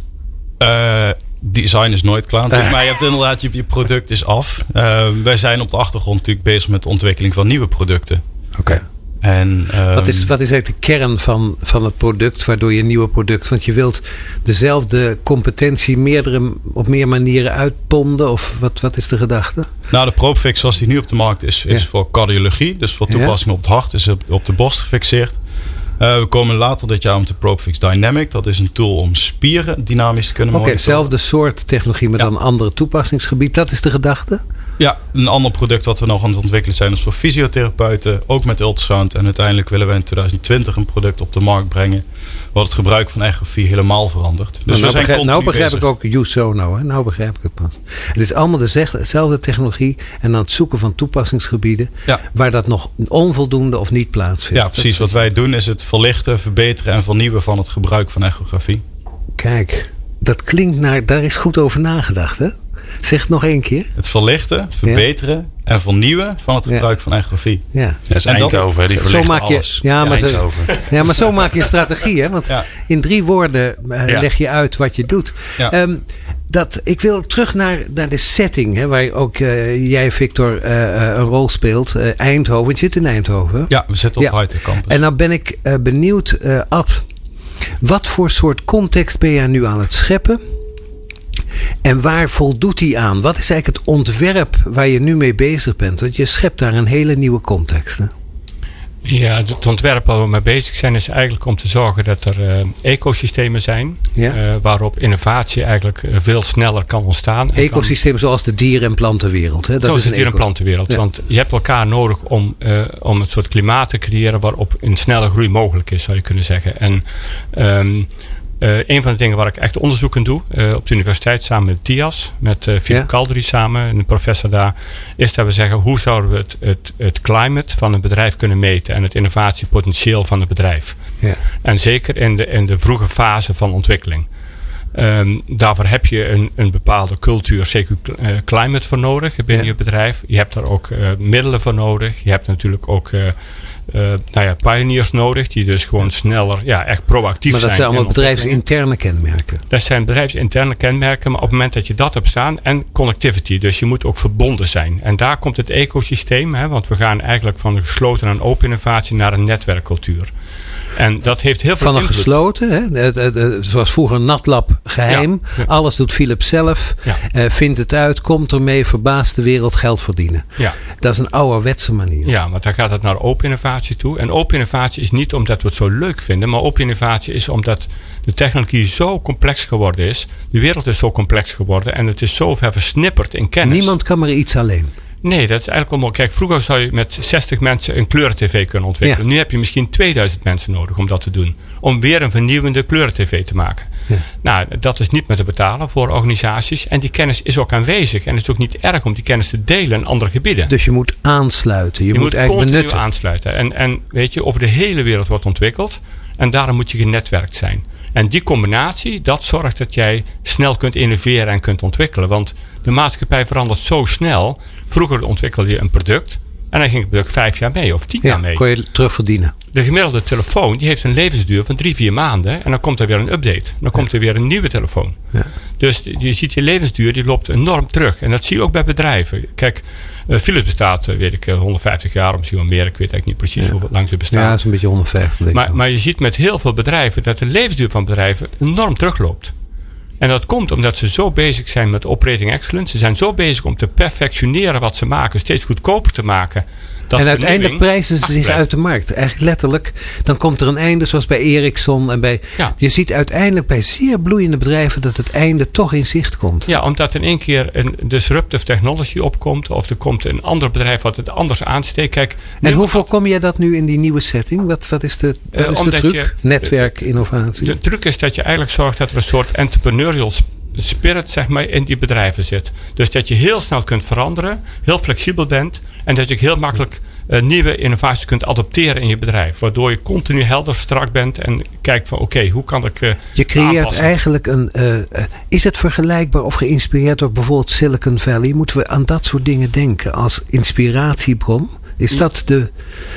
Design is nooit klaar natuurlijk, maar je hebt inderdaad, je product is af. Wij zijn op de achtergrond natuurlijk bezig met de ontwikkeling van nieuwe producten. Oké. En wat is eigenlijk de kern van het product, waardoor je een nieuwe product, want je wilt dezelfde competentie op meer manieren uitponden, of wat is de gedachte? Nou, de ProbeFix zoals die nu op de markt is voor cardiologie, dus voor toepassing op het hart, is op de borst gefixeerd. We komen later dit jaar met de ProbeFix Dynamic. Dat is een tool om spieren dynamisch te kunnen monitoren. Oké, hetzelfde soort technologie met dan een andere toepassingsgebied. Dat is de gedachte? Ja, een ander product wat we nog aan het ontwikkelen zijn is voor fysiotherapeuten. Ook met ultrasound. En uiteindelijk willen we in 2020 een product op de markt brengen. Wat het gebruik van echografie helemaal verandert. Dus nou begrijp ik ook USono. Nou begrijp ik het pas. Het is allemaal dezelfde technologie. En aan het zoeken van toepassingsgebieden. Ja. Waar dat nog onvoldoende of niet plaatsvindt. Ja, precies. Wat wij doen is het verlichten, verbeteren en vernieuwen van het gebruik van echografie. Kijk, dat klinkt daar is goed over nagedacht, hè? Zeg het nog 1 keer. Het verlichten, verbeteren en vernieuwen van het gebruik van echografie. Ja. Dat is Eindhoven, die verlicht alles. Maar zo maak je een strategie. Hè? Want in 3 woorden leg je uit wat je doet. Ja. Ik wil terug naar de setting. Hè, waar ook jij, Victor, een rol speelt. Eindhoven. Je zit in Eindhoven. Ja, we zitten op de Hightech Campus. En nou ben ik benieuwd, Ad. Wat voor soort context ben jij nu aan het scheppen? En waar voldoet die aan? Wat is eigenlijk het ontwerp waar je nu mee bezig bent? Want je schept daar een hele nieuwe context. Hè? Ja, het ontwerp waar we mee bezig zijn is eigenlijk om te zorgen dat er ecosystemen zijn. Ja? Waarop innovatie eigenlijk veel sneller kan ontstaan. Ecosystemen zoals de dieren- en plantenwereld. Hè? Zoals de dieren- en plantenwereld. Ja. Want je hebt elkaar nodig om een soort klimaat te creëren waarop een snelle groei mogelijk is, zou je kunnen zeggen. En een van de dingen waar ik echt onderzoek in doe op de universiteit samen met TIAS, met Philip Calderi samen, een professor daar, is dat we zeggen hoe zouden we het climate van een bedrijf kunnen meten en het innovatiepotentieel van het bedrijf. Ja. En zeker in de vroege fase van ontwikkeling. Daarvoor heb je een bepaalde cultuur, zeker climate voor nodig binnen je bedrijf. Je hebt daar ook middelen voor nodig. Je hebt natuurlijk ook pioneers nodig die dus gewoon sneller echt proactief zijn. Maar dat zijn allemaal bedrijfsinterne kenmerken. Dat zijn bedrijfsinterne kenmerken, maar op het moment dat je dat hebt staan en connectivity, dus je moet ook verbonden zijn. En daar komt het ecosysteem, want we gaan eigenlijk van een gesloten en open innovatie naar een netwerkcultuur. En dat heeft heel veel van een gesloten, hè? Zoals vroeger een natlab geheim. Ja. Alles doet Philip zelf. Ja. Vindt het uit, komt ermee, verbaast de wereld, geld verdienen. Ja. Dat is een ouderwetse manier. Ja, maar dan gaat het naar open innovatie toe. En open innovatie is niet omdat we het zo leuk vinden. Maar open innovatie is omdat de technologie zo complex geworden is. De wereld is zo complex geworden. En het is zo ver versnipperd in kennis. Niemand kan maar iets alleen. Nee, dat is eigenlijk allemaal. Kijk, vroeger zou je met 60 mensen een kleurentv kunnen ontwikkelen. Ja. Nu heb je misschien 2000 mensen nodig om dat te doen. Om weer een vernieuwende kleurentv te maken. Ja. Nou, dat is niet meer te betalen voor organisaties. En die kennis is ook aanwezig. En het is ook niet erg om die kennis te delen in andere gebieden. Dus je moet aansluiten. Je moet eigenlijk continu benutten. Aansluiten. En weet je, over de hele wereld wordt ontwikkeld. En daarom moet je genetwerkt zijn. En die combinatie, dat zorgt dat jij snel kunt innoveren en kunt ontwikkelen. Want de maatschappij verandert zo snel. Vroeger ontwikkelde je een product. En dan ging het product 5 jaar mee of 10 jaar mee. Kon je terugverdienen. De gemiddelde telefoon die heeft een levensduur van 3-4 maanden. En dan komt er weer een update. Dan komt er weer een nieuwe telefoon. Ja. Dus je ziet die levensduur die loopt enorm terug. En dat zie je ook bij bedrijven. Kijk, Philips bestaat, weet ik, 150 jaar of misschien wel meer. Ik weet eigenlijk niet precies hoe lang ze bestaan. Ja, dat is een beetje 150. Maar je ziet met heel veel bedrijven dat de levensduur van bedrijven enorm terugloopt. En dat komt omdat ze zo bezig zijn met operating excellence. Ze zijn zo bezig om te perfectioneren wat ze maken. Steeds goedkoper te maken. En uiteindelijk prijzen ze zich uit de markt. Eigenlijk letterlijk. Dan komt er een einde zoals bij Ericsson. En bij, je ziet uiteindelijk bij zeer bloeiende bedrijven dat het einde toch in zicht komt. Ja, omdat in één keer een disruptive technology opkomt. Of er komt een ander bedrijf wat het anders aansteekt. Kijk, en hoe voorkom je dat nu in die nieuwe setting? Wat is de truc? Netwerkinnovatie. De truc is dat je eigenlijk zorgt dat er een soort entrepreneurial spirit, zeg maar, in die bedrijven zit. Dus dat je heel snel kunt veranderen, heel flexibel bent en dat je heel makkelijk nieuwe innovaties kunt adopteren in je bedrijf. Waardoor je continu helder strak bent en kijkt van oké, hoe kan ik je creëert aanpassen? Eigenlijk een... is het vergelijkbaar of geïnspireerd door bijvoorbeeld Silicon Valley? Moeten we aan dat soort dingen denken als inspiratiebron? Is dat de...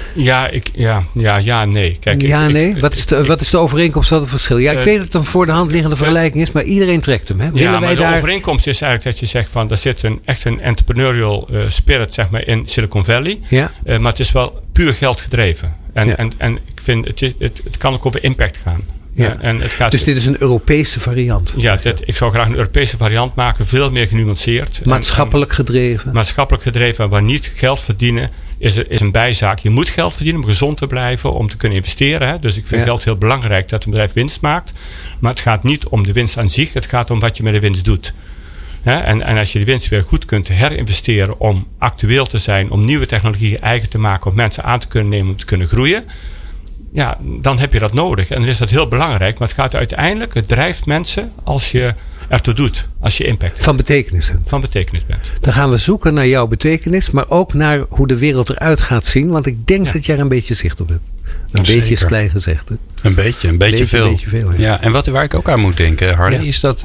nee. Kijk, nee? Wat is de overeenkomst? Wat het verschil? Ja, ik weet dat het een voor de hand liggende vergelijking is, maar iedereen trekt hem. Hè? De overeenkomst is eigenlijk dat je zegt van, er zit echt een entrepreneurial spirit, zeg maar, in Silicon Valley. Ja. Maar het is wel puur geld gedreven. En ik vind, het kan ook over impact gaan. Ja. Dus dit is een Europese variant. Ja, ik zou graag een Europese variant maken. Veel meer genuanceerd. Maatschappelijk gedreven. Maatschappelijk gedreven. Waar niet geld verdienen is een bijzaak. Je moet geld verdienen om gezond te blijven. Om te kunnen investeren. Hè. Dus ik vind geld heel belangrijk dat een bedrijf winst maakt. Maar het gaat niet om de winst aan zich. Het gaat om wat je met de winst doet. En als je de winst weer goed kunt herinvesteren. Om actueel te zijn. Om nieuwe technologieën eigen te maken. Om mensen aan te kunnen nemen. Om te kunnen groeien. Ja, dan heb je dat nodig. En dan is dat heel belangrijk. Maar het gaat uiteindelijk, het drijft mensen als je ertoe doet. Als je impact hebt. Van betekenis. Van betekenis bent. Dan gaan we zoeken naar jouw betekenis. Maar ook naar hoe de wereld eruit gaat zien. Want ik denk dat jij er een beetje zicht op hebt. Een beetje is klein gezegd. Hè? Een beetje veel. Ja, en waar ik ook aan moet denken, Harry, is dat...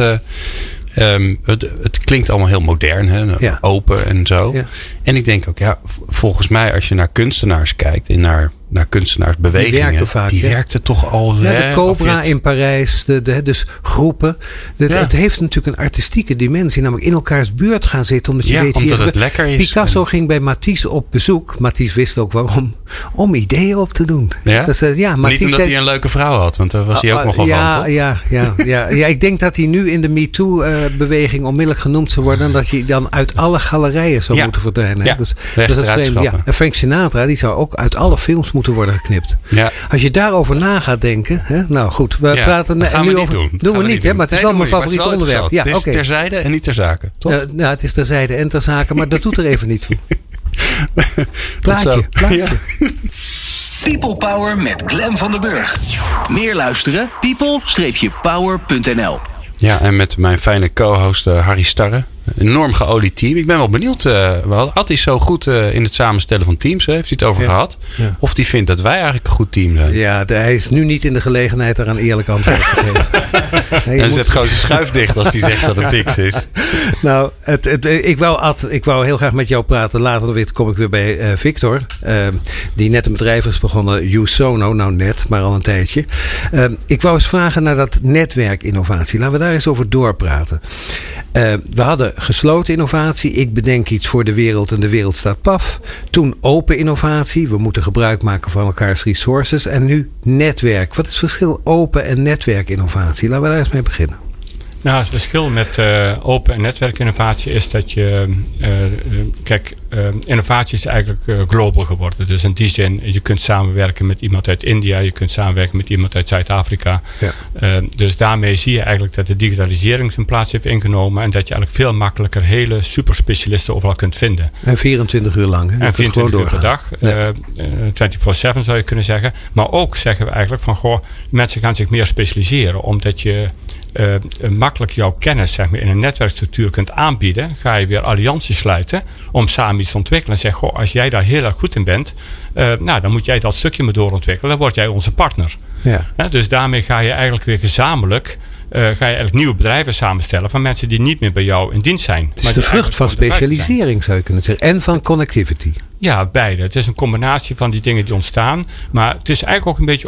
het klinkt allemaal heel modern, hè? Open en zo. Ja. En ik denk ook, volgens mij als je naar kunstenaars kijkt en naar kunstenaarsbewegingen, die werkten toch al. De Cobra in Parijs, dus groepen. Het heeft natuurlijk een artistieke dimensie, namelijk in elkaars buurt gaan zitten. Omdat je weet, omdat het lekker is. Picasso ging bij Matisse op bezoek. Matisse wist ook waarom. Om ideeën op te doen. Ja? Dus, Matisse niet omdat hij een leuke vrouw had, want daar was hij ook nog wel van, toch? Ja, ik denk dat hij nu in de MeToo-beweging onmiddellijk genoemd zou worden. En dat je dan uit alle galerijen zou moeten verdwijnen. Ja, dus dat is het vreemde. En Frank Sinatra, die zou ook uit alle films moeten worden geknipt. Ja. Als je daarover na gaat denken. Hè? Nou goed, we praten nu over. Doen we niet, hè? Maar het is wel mijn favoriet onderwerp. Het is terzijde en niet ter zake. Toch? Het is terzijde en ter zake, maar dat doet er even niet toe. Plaatje. People Power met Glenn van den Burg. Meer luisteren? people-power.nl. Ja, en met mijn fijne co-host Harry Starre. Enorm geolied team. Ik ben wel benieuwd. Ad is zo goed in het samenstellen van teams. Heeft hij het over gehad? Ja. Of die vindt dat wij eigenlijk een goed team zijn. Ja, hij is nu niet in de gelegenheid eraan eerlijk antwoord te geven. Hij zet gewoon zijn schuif dicht als hij zegt dat het niks is. Nou, ik wou heel graag met jou praten. Later kom ik weer bij Victor. Die net een bedrijf is begonnen. USono. Nou net, maar al een tijdje. Ik wou eens vragen naar dat netwerkinnovatie. Laten we daar eens over doorpraten. We hadden gesloten innovatie. Ik bedenk iets voor de wereld en de wereld staat paf. Toen open innovatie. We moeten gebruik maken van elkaars resources. En nu netwerk. Wat is het verschil open en netwerkinnovatie? Laten we daar eens mee beginnen. Nou, het verschil met open en netwerkinnovatie is dat je... innovatie is eigenlijk global geworden. Dus in die zin, je kunt samenwerken met iemand uit India. Je kunt samenwerken met iemand uit Zuid-Afrika. Ja. Dus daarmee zie je eigenlijk dat de digitalisering zijn plaats heeft ingenomen. En dat je eigenlijk veel makkelijker hele superspecialisten overal kunt vinden. En 24 uur lang. Hè? En 24 uur per dag. 24/7 zou je kunnen zeggen. Maar ook zeggen we eigenlijk van, mensen gaan zich meer specialiseren. Omdat je makkelijk jouw kennis zeg maar, in een netwerkstructuur kunt aanbieden, ga je weer allianties sluiten om samen iets te ontwikkelen. En zeg, goh, als jij daar heel erg goed in bent, dan moet jij dat stukje maar doorontwikkelen. Dan word jij onze partner. Ja. Dus daarmee ga je eigenlijk weer gezamenlijk nieuwe bedrijven samenstellen van mensen die niet meer bij jou in dienst zijn. Het is de vrucht van specialisering, zou je kunnen zeggen. En van connectivity. Ja, beide. Het is een combinatie van die dingen die ontstaan. Maar het is eigenlijk ook een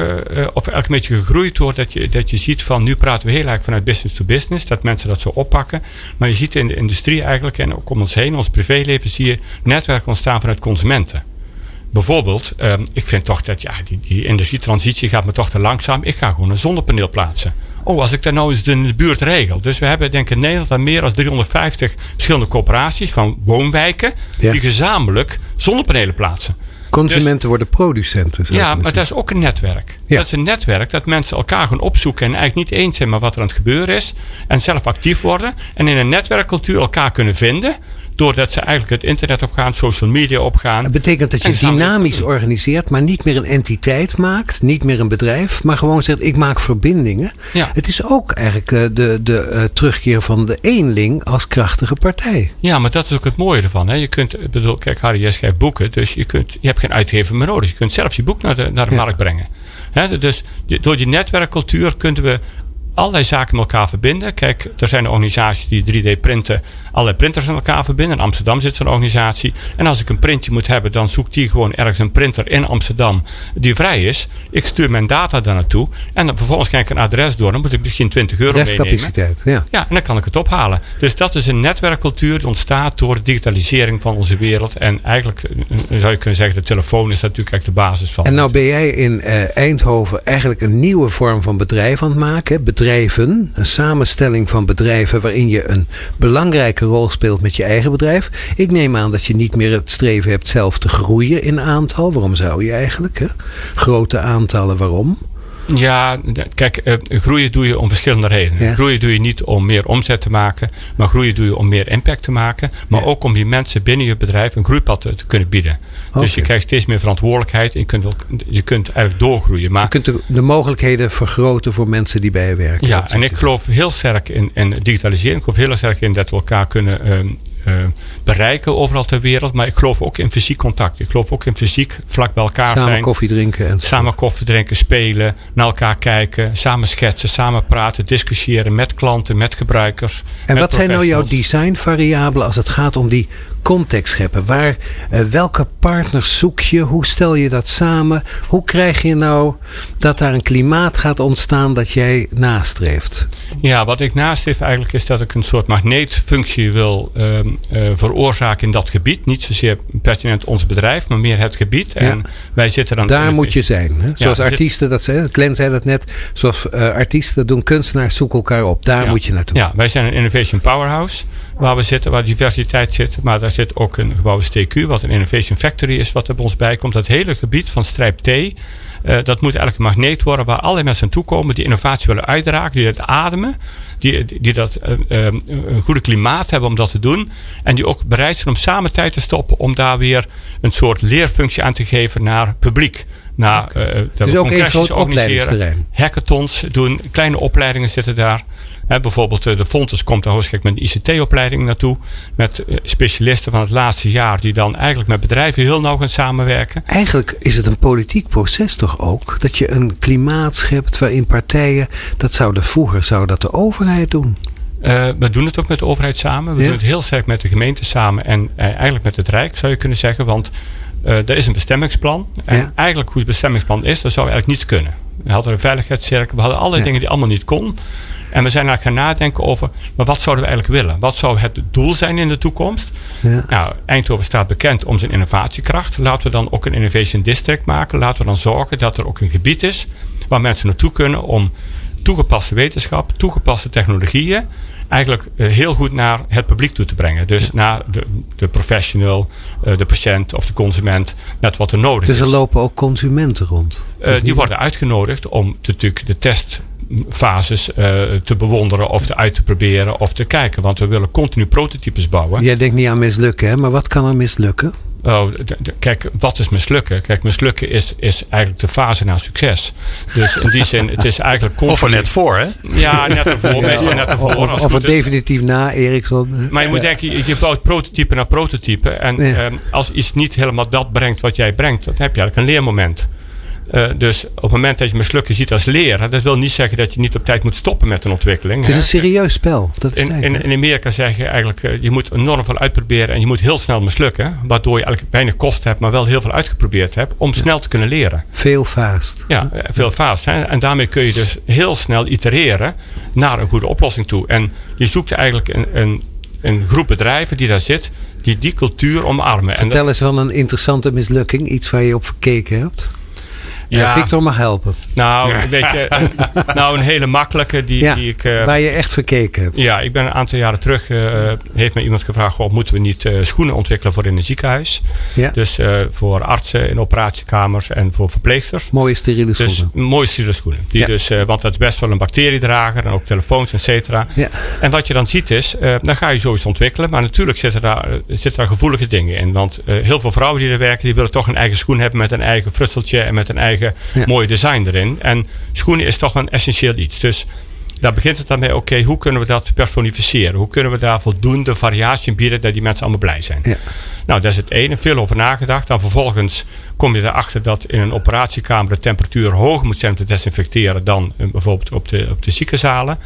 beetje gegroeid doordat je ziet van nu praten we heel erg vanuit business to business. Dat mensen dat zo oppakken. Maar je ziet in de industrie eigenlijk en ook om ons heen, ons privéleven, zie je netwerken ontstaan vanuit consumenten. Bijvoorbeeld, ik vind toch dat die energietransitie gaat me toch te langzaam. Ik ga gewoon een zonnepaneel plaatsen. Als ik dat nou eens in de buurt regel. Dus we hebben denk ik in Nederland al meer dan 350 verschillende coöperaties van woonwijken die gezamenlijk zonnepanelen plaatsen. Consumenten worden producenten. Ja, maar dat is ook een netwerk. Ja. Dat is een netwerk dat mensen elkaar gaan opzoeken en eigenlijk niet eens zijn met wat er aan het gebeuren is. En zelf actief worden. En in een netwerkcultuur elkaar kunnen vinden. Doordat ze eigenlijk het internet opgaan, social media opgaan. Dat betekent dat je dynamisch organiseert, maar niet meer een entiteit maakt. Niet meer een bedrijf, maar gewoon zegt ik maak verbindingen. Ja. Het is ook eigenlijk de terugkeer van de eenling als krachtige partij. Ja, maar dat is ook het mooie ervan. Hè. Je kunt, kijk, Harry, jij schrijft boeken. Dus je hebt geen uitgever meer nodig. Je kunt zelf je boek naar de markt brengen. Hè, dus door die netwerkcultuur kunnen we allerlei zaken met elkaar verbinden. Kijk, er zijn organisaties die 3D-printen, allerlei printers aan elkaar verbinden. In Amsterdam zit zo'n organisatie. En als ik een printje moet hebben, dan zoekt die gewoon ergens een printer in Amsterdam die vrij is. Ik stuur mijn data daar naartoe. En dan vervolgens krijg ik een adres door. Dan moet ik misschien €20 meenemen. Restcapaciteit, ja. Ja, en dan kan ik het ophalen. Dus dat is een netwerkcultuur die ontstaat door de digitalisering van onze wereld. En eigenlijk zou je kunnen zeggen, de telefoon is natuurlijk eigenlijk de basis van. En nou ben jij in Eindhoven eigenlijk een nieuwe vorm van bedrijf aan het maken. Bedrijven, een samenstelling van bedrijven waarin je een belangrijke rol speelt met je eigen bedrijf. Ik neem aan dat je niet meer het streven hebt zelf te groeien in aantal. Waarom zou je eigenlijk? Hè? Grote aantallen, waarom? Ja, kijk, groeien doe je om verschillende redenen. Ja. Groeien doe je niet om meer omzet te maken, maar groeien doe je om meer impact te maken. Maar ook om die mensen binnen je bedrijf een groeipad te kunnen bieden. Okay. Dus je krijgt steeds meer verantwoordelijkheid en je kunt eigenlijk doorgroeien. Maar je kunt de mogelijkheden vergroten voor mensen die bij je werken. Ja, en ik geloof heel sterk in digitalisering. Ik geloof heel sterk in dat we elkaar kunnen bereiken overal ter wereld. Maar ik geloof ook in fysiek contact. Ik geloof ook in fysiek vlak bij elkaar zijn. Samen koffie drinken. Samen koffie drinken, spelen, naar elkaar kijken, samen schetsen, samen praten, discussiëren met klanten, met gebruikers. En wat zijn nou jouw designvariabelen als het gaat om die context scheppen? Welke partners zoek je? Hoe stel je dat samen? Hoe krijg je nou dat daar een klimaat gaat ontstaan dat jij nastreeft? Ja, wat ik nastreef eigenlijk is dat ik een soort magneetfunctie wil veroorzaken in dat gebied. Niet zozeer pertinent ons bedrijf, maar meer het gebied. Ja. En wij zitten dan. Daar moet je zijn. Hè? Zoals artiesten dat zeggen. Glenn zei dat net. Zoals artiesten doen, kunstenaars zoeken elkaar op. Daar moet je naartoe. Ja, wij zijn een innovation powerhouse waar we zitten, waar diversiteit zit. Maar daar zit ook een gebouw als TQ, wat een innovation factory is, wat er bij ons bij komt. Dat hele gebied van strijp T, dat moet eigenlijk een magneet worden waar allerlei mensen naartoe komen die innovatie willen uitdragen, die het ademen, die dat een goede klimaat hebben om dat te doen. En die ook bereid zijn om samen tijd te stoppen om daar weer een soort leerfunctie aan te geven naar publiek. Dus ook een groot opleidingsterrein. Hackathons doen, kleine opleidingen zitten daar. Bijvoorbeeld de Fontes komt daar hoogstwaarschijnlijk met een ICT-opleiding naartoe. Met specialisten van het laatste jaar die dan eigenlijk met bedrijven heel nauw gaan samenwerken. Eigenlijk is het een politiek proces toch ook? Dat je een klimaat schept waarin partijen, vroeger zou dat de overheid doen. We doen het ook met de overheid samen. We doen het heel sterk met de gemeente samen en eigenlijk met het Rijk zou je kunnen zeggen. Want er is een bestemmingsplan. En eigenlijk hoe het bestemmingsplan is, dat zou eigenlijk niets kunnen. We hadden een veiligheidscirkel, we hadden allerlei dingen die allemaal niet kon. En we zijn eigenlijk gaan nadenken over, maar wat zouden we eigenlijk willen? Wat zou het doel zijn in de toekomst? Ja. Nou, Eindhoven staat bekend om zijn innovatiekracht. Laten we dan ook een innovation district maken. Laten we dan zorgen dat er ook een gebied is waar mensen naartoe kunnen om toegepaste wetenschap, toegepaste technologieën eigenlijk heel goed naar het publiek toe te brengen. Dus naar de professional, de patiënt of de consument, net wat er nodig is. Dus er lopen ook consumenten rond? Die worden uitgenodigd om natuurlijk de testfases te bewonderen of uit te proberen of te kijken. Want we willen continu prototypes bouwen. Jij denkt niet aan mislukken, hè? Maar wat kan er mislukken? Kijk, wat is mislukken? Kijk, mislukken is eigenlijk de fase naar succes. Dus in die zin, het is eigenlijk... Of er net voor, hè? Ja, net ervoor. Meestal net ervoor. Of er definitief na, Ericsson. Maar je moet denken, je bouwt prototype naar prototype. En als iets niet helemaal dat brengt wat jij brengt, dan heb je eigenlijk een leermoment. Dus op het moment dat je mislukken ziet als leren, dat wil niet zeggen dat je niet op tijd moet stoppen met een ontwikkeling. Het is een serieus spel. Dat is in Amerika zeg je eigenlijk, je moet enorm veel uitproberen en je moet heel snel mislukken. Waardoor je eigenlijk weinig kosten hebt, maar wel heel veel uitgeprobeerd hebt om snel te kunnen leren. Veel fast. Ja, veel fast. Hè? En daarmee kun je dus heel snel itereren naar een goede oplossing toe. En je zoekt eigenlijk een groep bedrijven die daar zit, die cultuur omarmen. Vertel eens van een interessante mislukking, iets waar je op verkeken hebt. Ja. Victor mag helpen. Nou, een hele makkelijke die ik... waar je echt verkeken hebt. Ja, ik ben een aantal jaren terug... heeft me iemand gevraagd... moeten we niet schoenen ontwikkelen voor in een ziekenhuis? Ja. Dus voor artsen in operatiekamers en voor verpleegsters. Mooie steriele schoenen. Dus mooie steriele schoenen. Want dat is best wel een bacteriedrager. En ook telefoons, et cetera. Ja. En wat je dan ziet is... dan ga je zoiets ontwikkelen. Maar natuurlijk zitten daar gevoelige dingen in. Want heel veel vrouwen die er werken... die willen toch een eigen schoen hebben... met een eigen frusteltje en met een eigen mooie design erin. En schoenen is toch een essentieel iets. Dus daar begint het dan mee, oké, hoe kunnen we dat personificeren? Hoe kunnen we daar voldoende variatie in bieden dat die mensen allemaal blij zijn? Ja. Nou, dat is het ene. Veel over nagedacht. Dan vervolgens kom je erachter dat in een operatiekamer de temperatuur hoger moet zijn om te desinfecteren dan bijvoorbeeld op de ziekenzalen.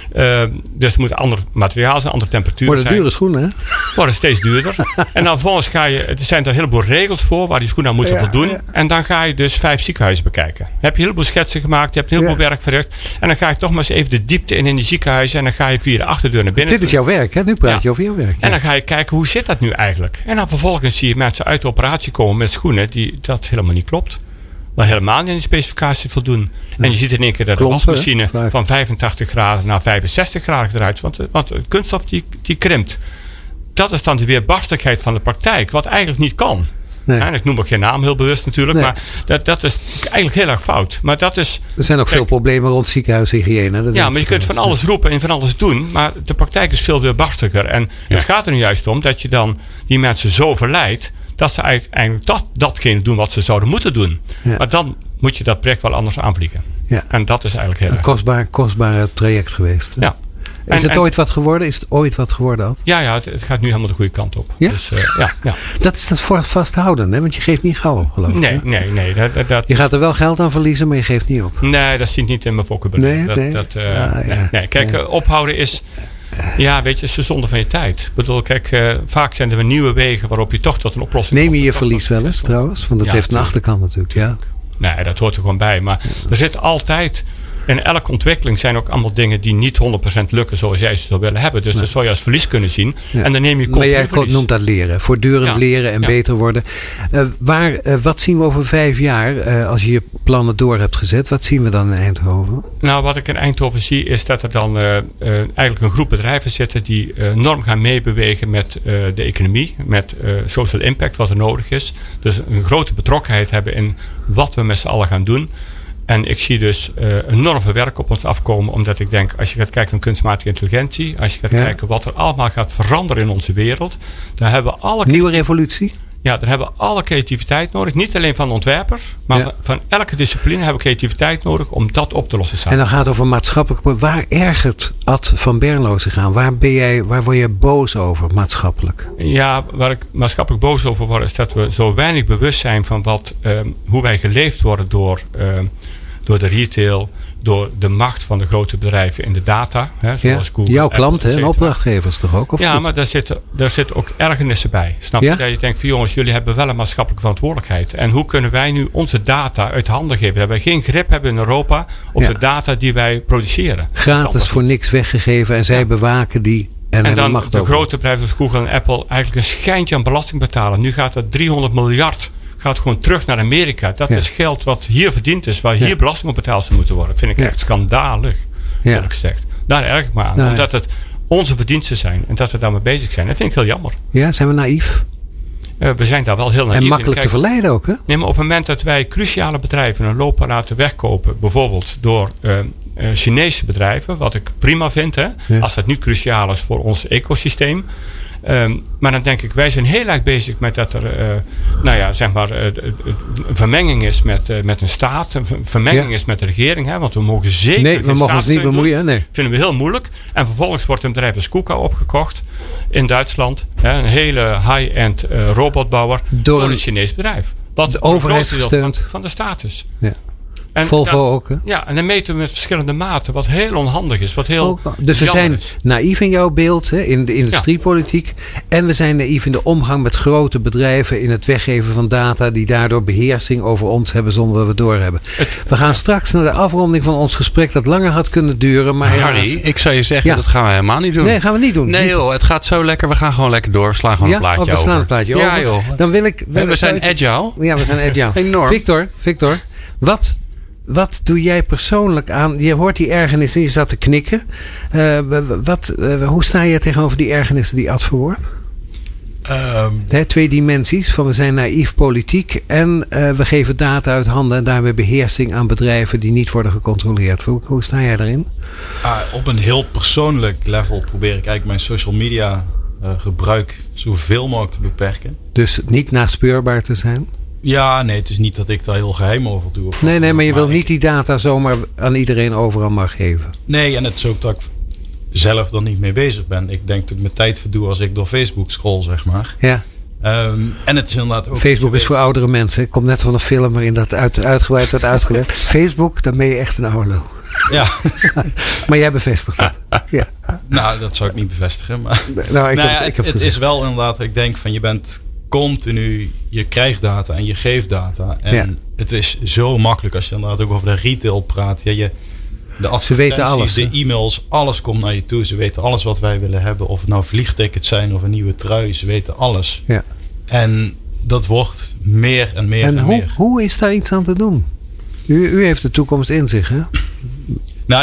Dus het moet ander materiaal zijn, andere temperatuur zijn. Worden dure schoenen, hè? Worden steeds duurder. En dan vervolgens er zijn er een heleboel regels voor waar die schoenen aan moeten voldoen. Ja. En dan ga je dus 5 ziekenhuizen bekijken. Je hebt een heleboel schetsen gemaakt, je hebt een heleboel werk verricht. En dan ga je toch maar eens even de diepte in die ziekenhuizen. En dan ga je via de achterdeur naar binnen. Dit is jouw werk, hè? Nu praat je over jouw werk. Ja. En dan ga je kijken, hoe zit dat nu eigenlijk? En dan vervolgens zie je mensen uit de operatie komen met schoenen die dat helemaal niet klopt. Maar helemaal niet aan die specificatie voldoen. En je ziet in één keer dat de wasmachine van 85 graden naar 65 graden eruit. Want de kunststof die krimpt. Dat is dan de weerbarstigheid van de praktijk. Wat eigenlijk niet kan. Nee. En ik noem ook geen naam heel bewust natuurlijk. Nee. Maar dat is eigenlijk heel erg fout. Maar dat is, er zijn ook veel problemen rond ziekenhuishygiëne. Maar je kunt van alles roepen en van alles doen. Maar de praktijk is veel weerbarstiger. En het gaat er nu juist om dat je dan die mensen zo verleidt. Dat ze eigenlijk datgene doen wat ze zouden moeten doen. Ja. Maar dan moet je dat project wel anders aanvliegen. Ja. En dat is eigenlijk heel een kostbaar traject geweest. Ja. Is het ooit wat geworden? Is het ooit wat geworden, Ad? Ja, het gaat nu helemaal de goede kant op. Ja? Dus, ja. Dat is dat vasthouden, hè? Want je geeft niet gauw, geloof ik. Nee. Je gaat er wel geld aan verliezen, maar je geeft niet op. Nee, dat zit niet in mijn vocabulaire. Nee. Kijk, ophouden is... Ja, weet je, het is de zonde van je tijd. Ik bedoel, kijk, vaak zijn er nieuwe wegen waarop je toch tot een oplossing komt. Neem je verlies wel eens trouwens? Want dat heeft een achterkant natuurlijk, ja. Nee, dat hoort er gewoon bij. Maar er zit altijd... In elke ontwikkeling zijn ook allemaal dingen die niet 100% lukken zoals jij ze zou willen hebben. Dus dat zou je als verlies kunnen zien. Ja. En dan neem je maar jij noemt dat leren. Voortdurend leren en beter worden. Wat zien we over 5 jaar als je je plannen door hebt gezet? Wat zien we dan in Eindhoven? Nou, wat ik in Eindhoven zie is dat er dan eigenlijk een groep bedrijven zitten die enorm gaan meebewegen met de economie. Met social impact wat er nodig is. Dus een grote betrokkenheid hebben in wat we met z'n allen gaan doen. En ik zie dus enorm veel werk op ons afkomen. Omdat ik denk, als je gaat kijken naar kunstmatige intelligentie. Als je gaat kijken wat er allemaal gaat veranderen in onze wereld. Dan hebben we alle... Nieuwe revolutie? Ja, dan hebben we alle creativiteit nodig. Niet alleen van ontwerpers. Maar van elke discipline hebben we creativiteit nodig om dat op te lossen samen. En dan gaat het over maatschappelijk... Waar ergert Ad van Berlo zich aan? Waar word je boos over maatschappelijk? Ja, waar ik maatschappelijk boos over word... is dat we zo weinig bewust zijn van hoe wij geleefd worden door de retail, door de macht van de grote bedrijven in de data. Hè, zoals Google, jouw klanten en opdrachtgevers toch ook? Of maar daar zitten ook ergernissen bij. Snap je? Dat je denkt van jongens, jullie hebben wel een maatschappelijke verantwoordelijkheid. En hoe kunnen wij nu onze data uit handen geven? Dat wij geen grip hebben in Europa op de data die wij produceren. Gratis voor niks weggegeven en zij bewaken die. En dan de grote bedrijven als Google en Apple eigenlijk een schijntje aan belasting betalen. Nu gaat het 300 miljard gaat gewoon terug naar Amerika. Dat is geld wat hier verdiend is, waar hier belasting op betaald zou moeten worden. Dat vind ik echt schandalig, eerlijk gezegd. Daar erg ik me aan. Omdat het onze verdiensten zijn en dat we daarmee bezig zijn. Dat vind ik heel jammer. Ja, zijn we naïef? We zijn daar wel heel naïef. En makkelijk te verleiden ook, hè? Nee, maar op het moment dat wij cruciale bedrijven een loop laten wegkopen, bijvoorbeeld door Chinese bedrijven, wat ik prima vind, hè, als dat niet cruciaal is voor ons ecosysteem. Maar dan denk ik, wij zijn heel erg bezig met dat er vermenging is met een staat. Een vermenging is met de regering. Hè, want we mogen zeker nee, we mogen ons niet bemoeien. Nee. Vinden we heel moeilijk. En vervolgens wordt een bedrijf als KUKA opgekocht in Duitsland. Hè, een hele high-end robotbouwer door een Chinees bedrijf. Wat de overheid gesteund van de staat is. Ja. Volvo ook. Hè? Ja, en dan meten we met verschillende maten. Wat heel onhandig is. Wat heel dus we zijn naïef in jouw beeld. Hè, in de industriepolitiek. En we zijn naïef in de omgang met grote bedrijven. In het weggeven van data. Die daardoor beheersing over ons hebben. Zonder dat we het doorhebben. We gaan straks naar de afronding van ons gesprek. Dat langer had kunnen duren. Maar Harry, ik zou je zeggen. Dat gaan we helemaal niet doen. Nee, gaan we niet doen. Nee joh, het gaat zo lekker. We gaan gewoon lekker door. Slaan gewoon een plaatje over. We slaan een plaatje over. Ja joh. Dan wil ik, we zijn agile. Ja, we zijn agile. Enorm. Victor. Wat doe jij persoonlijk aan? Je hoort die ergernissen, je zat te knikken. Hoe sta je tegenover die ergernissen die Ad verwoordt? 2 dimensies. Van we zijn naïef politiek. En we geven data uit handen. En daarmee beheersing aan bedrijven die niet worden gecontroleerd. Hoe sta jij daarin? Op een heel persoonlijk level probeer ik eigenlijk mijn social media gebruik zoveel mogelijk te beperken. Dus niet naspeurbaar te zijn? Ja, nee, het is niet dat ik daar heel geheim over doe. Nee, maar je wil niet die data zomaar aan iedereen overal maar geven. Nee, en het is ook dat ik zelf er niet mee bezig ben. Ik denk dat ik mijn tijd verdoe als ik door Facebook scroll, zeg maar. Ja. En het is inderdaad ook... Facebook is voor oudere mensen. Ik kom net van een film waarin dat uitgebreid wordt uitgelegd. Facebook, dan ben je echt een oude lul. Ja. Maar jij bevestigt dat. Ja. Nou, dat zou ik niet bevestigen. Maar het is wel inderdaad, ik denk van je bent continu, je krijgt data en je geeft data. En het is zo makkelijk als je inderdaad ook over de retail praat. Ja, de advertenties, ze weten alles, de e-mails, alles komt naar je toe. Ze weten alles wat wij willen hebben. Of het nou vliegtickets zijn of een nieuwe trui. Ze weten alles. Ja. En dat wordt meer en meer en meer. Hoe is daar iets aan te doen? U heeft de toekomst in zich, hè? Nou,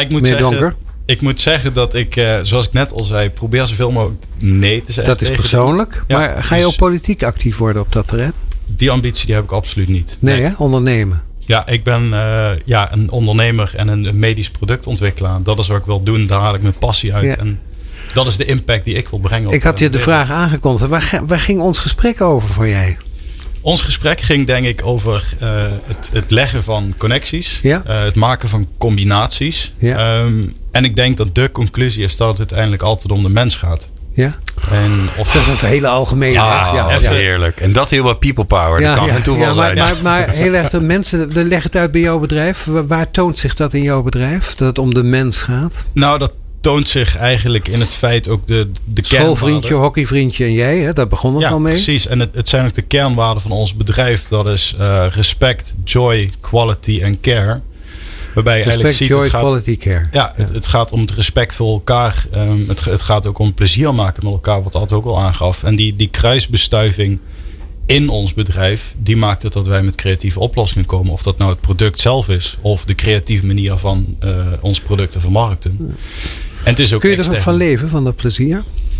ik moet zeggen dat ik, zoals ik net al zei, probeer zoveel mogelijk nee te zeggen. Dat is persoonlijk. Ja, maar ga je ook politiek actief worden op dat terrein? Die ambitie die heb ik absoluut niet. Nee, hè? Ondernemen. Ja, ik ben een ondernemer en een medisch productontwikkelaar. Dat is wat ik wil doen. Daar haal ik mijn passie uit. Ja. En dat is de impact die ik wil brengen. Ik had je de vraag aangekondigd. Waar ging ons gesprek over voor jij? Ons gesprek ging denk ik over het leggen van connecties. Ja. Het maken van combinaties. Ja. En ik denk dat de conclusie is dat het uiteindelijk altijd om de mens gaat. Ja. Dat is een hele algemene. Even heerlijk. En dat heel wat people power. Dat kan geen toeval zijn. Maar heel erg de mensen, leg het uit bij jouw bedrijf. Waar toont zich dat in jouw bedrijf? Dat het om de mens gaat? Nou, dat toont zich eigenlijk in het feit ook de schoolvriendje, hockeyvriendje en jij. Hè? Daar begon het al mee. Precies. En het zijn ook de kernwaarden van ons bedrijf. Dat is respect, joy, quality en care. Waarbij je eigenlijk ziet, joy, quality, care. Ja, het gaat om het respect voor elkaar. Het gaat ook om plezier maken met elkaar, wat Ad ook al aangaf. En die kruisbestuiving in ons bedrijf, die maakt het dat wij met creatieve oplossingen komen. Of dat nou het product zelf is, of de creatieve manier van ons product te vermarkten. En het is ook kun je er van leven, van dat plezier?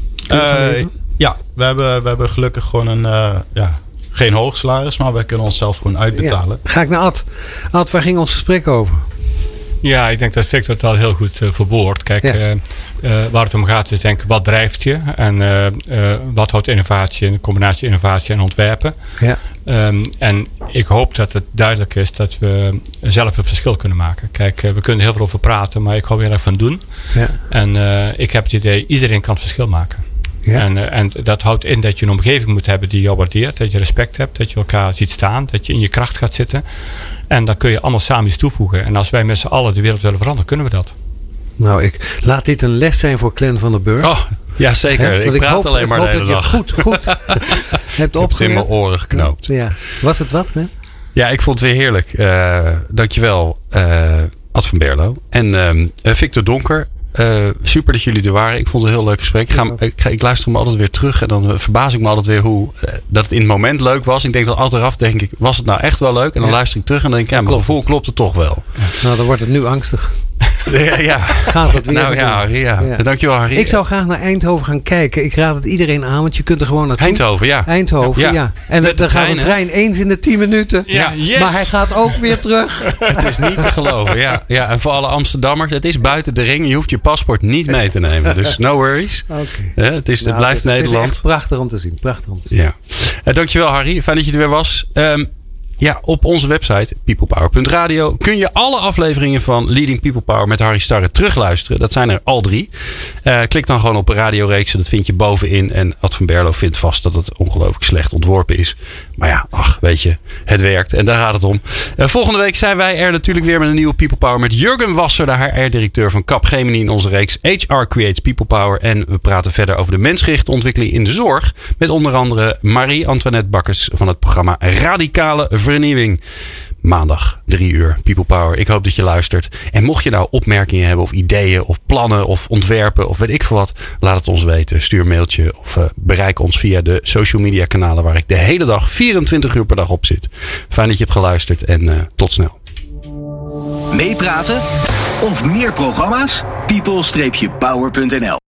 Ja, we hebben gelukkig gewoon geen hoog salaris, maar wij kunnen onszelf gewoon uitbetalen. Ja. Ga ik naar Ad. Ad, waar ging ons gesprek over? Ja, ik denk dat Victor het al heel goed verwoordt. Kijk, waar het om gaat is denk ik, wat drijft je? En wat houdt innovatie, een combinatie innovatie en ontwerpen? Ja. En ik hoop dat het duidelijk is dat we zelf een verschil kunnen maken. Kijk, we kunnen heel veel over praten, maar ik hou heel erg van doen. Ja. En ik heb het idee, iedereen kan het verschil maken. Ja. En dat houdt in dat je een omgeving moet hebben die jou waardeert. Dat je respect hebt. Dat je elkaar ziet staan. Dat je in je kracht gaat zitten. En dan kun je allemaal samen iets toevoegen. En als wij met z'n allen de wereld willen veranderen, kunnen we dat. Nou, laat dit een les zijn voor Glenn van der Burg. Oh, ja, zeker. Ik praat alleen maar de hele dag. Goed hebt opgemerkt. In mijn oren geknoopt. Ja. Was het wat, Glenn? Ja, ik vond het weer heerlijk. Dankjewel, Ad van Berlo. En Victor Donker. Super dat jullie er waren. Ik vond het een heel leuk gesprek. Ik luister me altijd weer terug. En dan verbaas ik me altijd weer hoe dat het in het moment leuk was. Ik denk dat achteraf denk ik, was het nou echt wel leuk? En dan luister ik terug en dan denk ik, mijn gevoel klopt het toch wel. Ja. Nou, dan wordt het nu angstig. Ja. Gaat dat weer Nou ja, Harry, ja. Dankjewel, Harry. Ik zou graag naar Eindhoven gaan kijken. Ik raad het iedereen aan, want je kunt er gewoon naartoe. Eindhoven, ja. Eindhoven, ja. En dan gaat een trein eens in de 10 minuten. Ja, yes. Maar hij gaat ook weer terug. Het is niet te geloven, ja. En voor alle Amsterdammers, het is buiten de ring. Je hoeft je paspoort niet mee te nemen. Dus no worries. Okay. Het blijft Nederland. Het is echt prachtig om te zien. Ja. Dankjewel, Harry. Fijn dat je er weer was. Op onze website peoplepower.radio kun je alle afleveringen van Leading People Power met Harry Starre terugluisteren. Dat zijn er al 3. Klik dan gewoon op radioreeksen. Dat vind je bovenin. En Ad van Berlo vindt vast dat het ongelooflijk slecht ontworpen is. Maar ja, weet je, het werkt. En daar gaat het om. Volgende week zijn wij er natuurlijk weer met een nieuwe People Power met Jurgen Wasser, de HR-directeur van Capgemini in onze reeks HR Creates People Power. En we praten verder over de mensgerichte ontwikkeling in de zorg. Met onder andere Marie-Antoinette Bakkes van het programma Radicale Vernieuwing. Maandag 3 uur People Power. Ik hoop dat je luistert. En mocht je nou opmerkingen hebben of ideeën of plannen of ontwerpen of weet ik veel wat. Laat het ons weten. Stuur een mailtje of bereik ons via de social media kanalen waar ik de hele dag 24 uur per dag op zit. Fijn dat je hebt geluisterd en tot snel. Meepraten of meer programma's? people-power.nl